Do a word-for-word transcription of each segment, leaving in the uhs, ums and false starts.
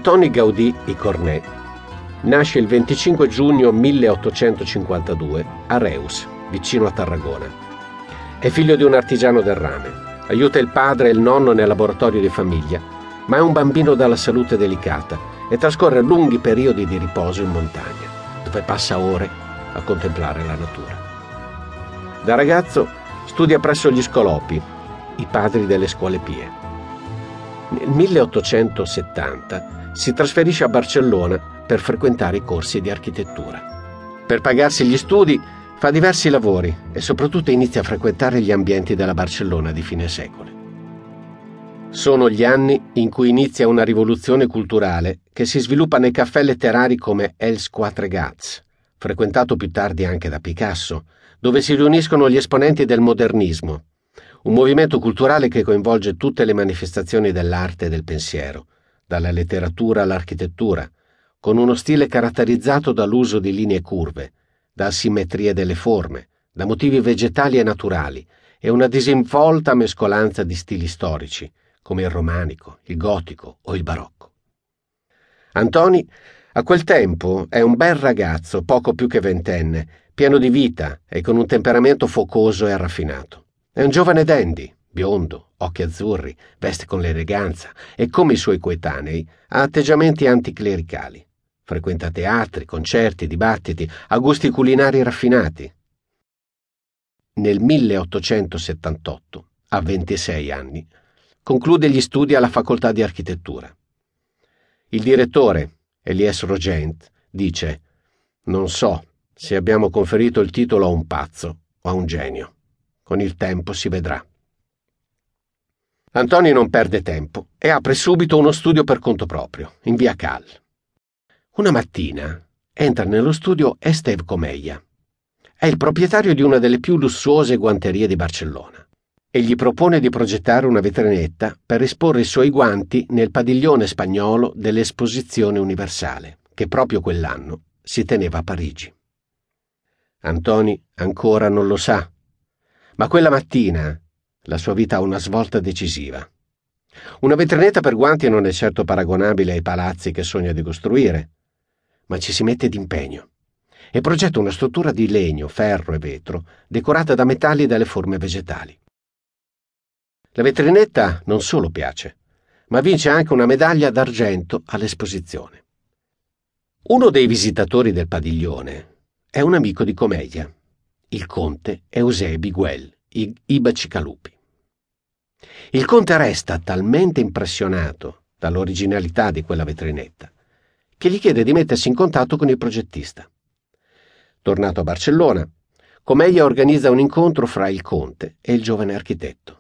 Antoni Gaudí i Cornet nasce il venticinque giugno milleottocentocinquantadue a Reus, vicino a Tarragona. È figlio di un artigiano del rame. Aiuta il padre e il nonno nel laboratorio di famiglia, ma è un bambino dalla salute delicata e trascorre lunghi periodi di riposo in montagna, dove passa ore a contemplare la natura. Da ragazzo studia presso gli Scolopi, i padri delle scuole pie. Nel milleottocentosettanta si trasferisce a Barcellona per frequentare i corsi di architettura. Per pagarsi gli studi fa diversi lavori e soprattutto inizia a frequentare gli ambienti della Barcellona di fine secolo. Sono gli anni in cui inizia una rivoluzione culturale che si sviluppa nei caffè letterari come Els Quatre Gats, frequentato più tardi anche da Picasso, dove si riuniscono gli esponenti del modernismo, un movimento culturale che coinvolge tutte le manifestazioni dell'arte e del pensiero, dalla letteratura all'architettura, con uno stile caratterizzato dall'uso di linee curve, da asimmetrie delle forme, da motivi vegetali e naturali e una disinvolta mescolanza di stili storici, come il romanico, il gotico o il barocco. Antoni, a quel tempo, è un bel ragazzo, poco più che ventenne, pieno di vita e con un temperamento focoso e raffinato. È un giovane dandy, biondo, occhi azzurri, veste con l'eleganza e, come i suoi coetanei, ha atteggiamenti anticlericali. Frequenta teatri, concerti, dibattiti, ha gusti culinari raffinati. Nel milleottocentosettantotto, a ventisei anni, conclude gli studi alla facoltà di architettura. Il direttore, Elias Rogent, dice: «Non so se abbiamo conferito il titolo a un pazzo o a un genio. Con il tempo si vedrà». Antoni non perde tempo e apre subito uno studio per conto proprio, in via Cal. Una mattina entra nello studio Esteve Comeia. È il proprietario di una delle più lussuose guanterie di Barcellona e gli propone di progettare una vetrinetta per esporre i suoi guanti nel padiglione spagnolo dell'Esposizione Universale, che proprio quell'anno si teneva a Parigi. Antoni ancora non lo sa, ma quella mattina la sua vita ha una svolta decisiva. Una vetrinetta per guanti non è certo paragonabile ai palazzi che sogna di costruire, ma ci si mette d'impegno e progetta una struttura di legno, ferro e vetro decorata da metalli e dalle forme vegetali. La vetrinetta non solo piace, ma vince anche una medaglia d'argento all'esposizione. Uno dei visitatori del padiglione è un amico di Comeia, il conte Eusèbe Guel i, i Bacigalupi. Il conte resta talmente impressionato dall'originalità di quella vetrinetta che gli chiede di mettersi in contatto con il progettista. Tornato a Barcellona, Comeia organizza un incontro fra il conte e il giovane architetto.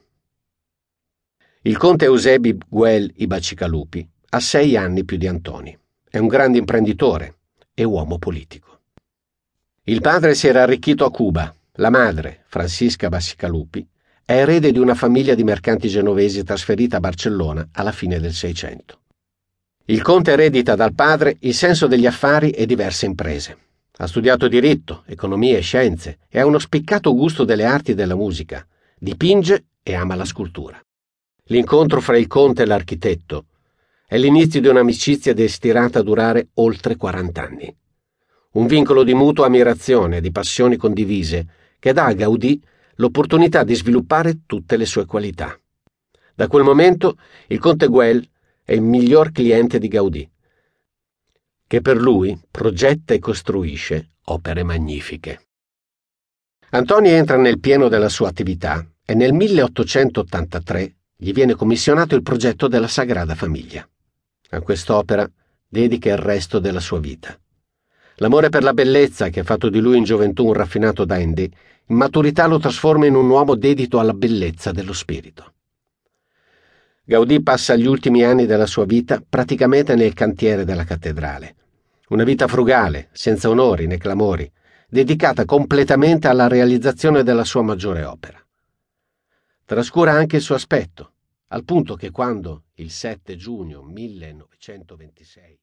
Il conte Eusèbe Guel i Bacigalupi ha sei anni più di Antoni. È un grande imprenditore e uomo politico. Il padre si era arricchito a Cuba. La madre, Francisca Bacigalupi, è erede di una famiglia di mercanti genovesi trasferita a Barcellona alla fine del Seicento. Il conte eredita dal padre il senso degli affari e diverse imprese. Ha studiato diritto, economia e scienze e ha uno spiccato gusto delle arti e della musica. Dipinge e ama la scultura. L'incontro fra il conte e l'architetto è l'inizio di un'amicizia destinata a durare oltre quaranta anni. Un vincolo di mutua ammirazione e di passioni condivise che dà a Gaudí l'opportunità di sviluppare tutte le sue qualità. Da quel momento il conte Güell è il miglior cliente di Gaudí, che per lui progetta e costruisce opere magnifiche. Antoni entra nel pieno della sua attività e nel milleottocentottantatré gli viene commissionato il progetto della Sagrada Famiglia. A quest'opera dedica il resto della sua vita. L'amore per la bellezza che ha fatto di lui in gioventù un raffinato dandy, in maturità lo trasforma in un uomo dedito alla bellezza dello spirito. Gaudí passa gli ultimi anni della sua vita praticamente nel cantiere della cattedrale. Una vita frugale, senza onori né clamori, dedicata completamente alla realizzazione della sua maggiore opera. Trascura anche il suo aspetto, al punto che quando, il sette giugno millenovecentoventisei,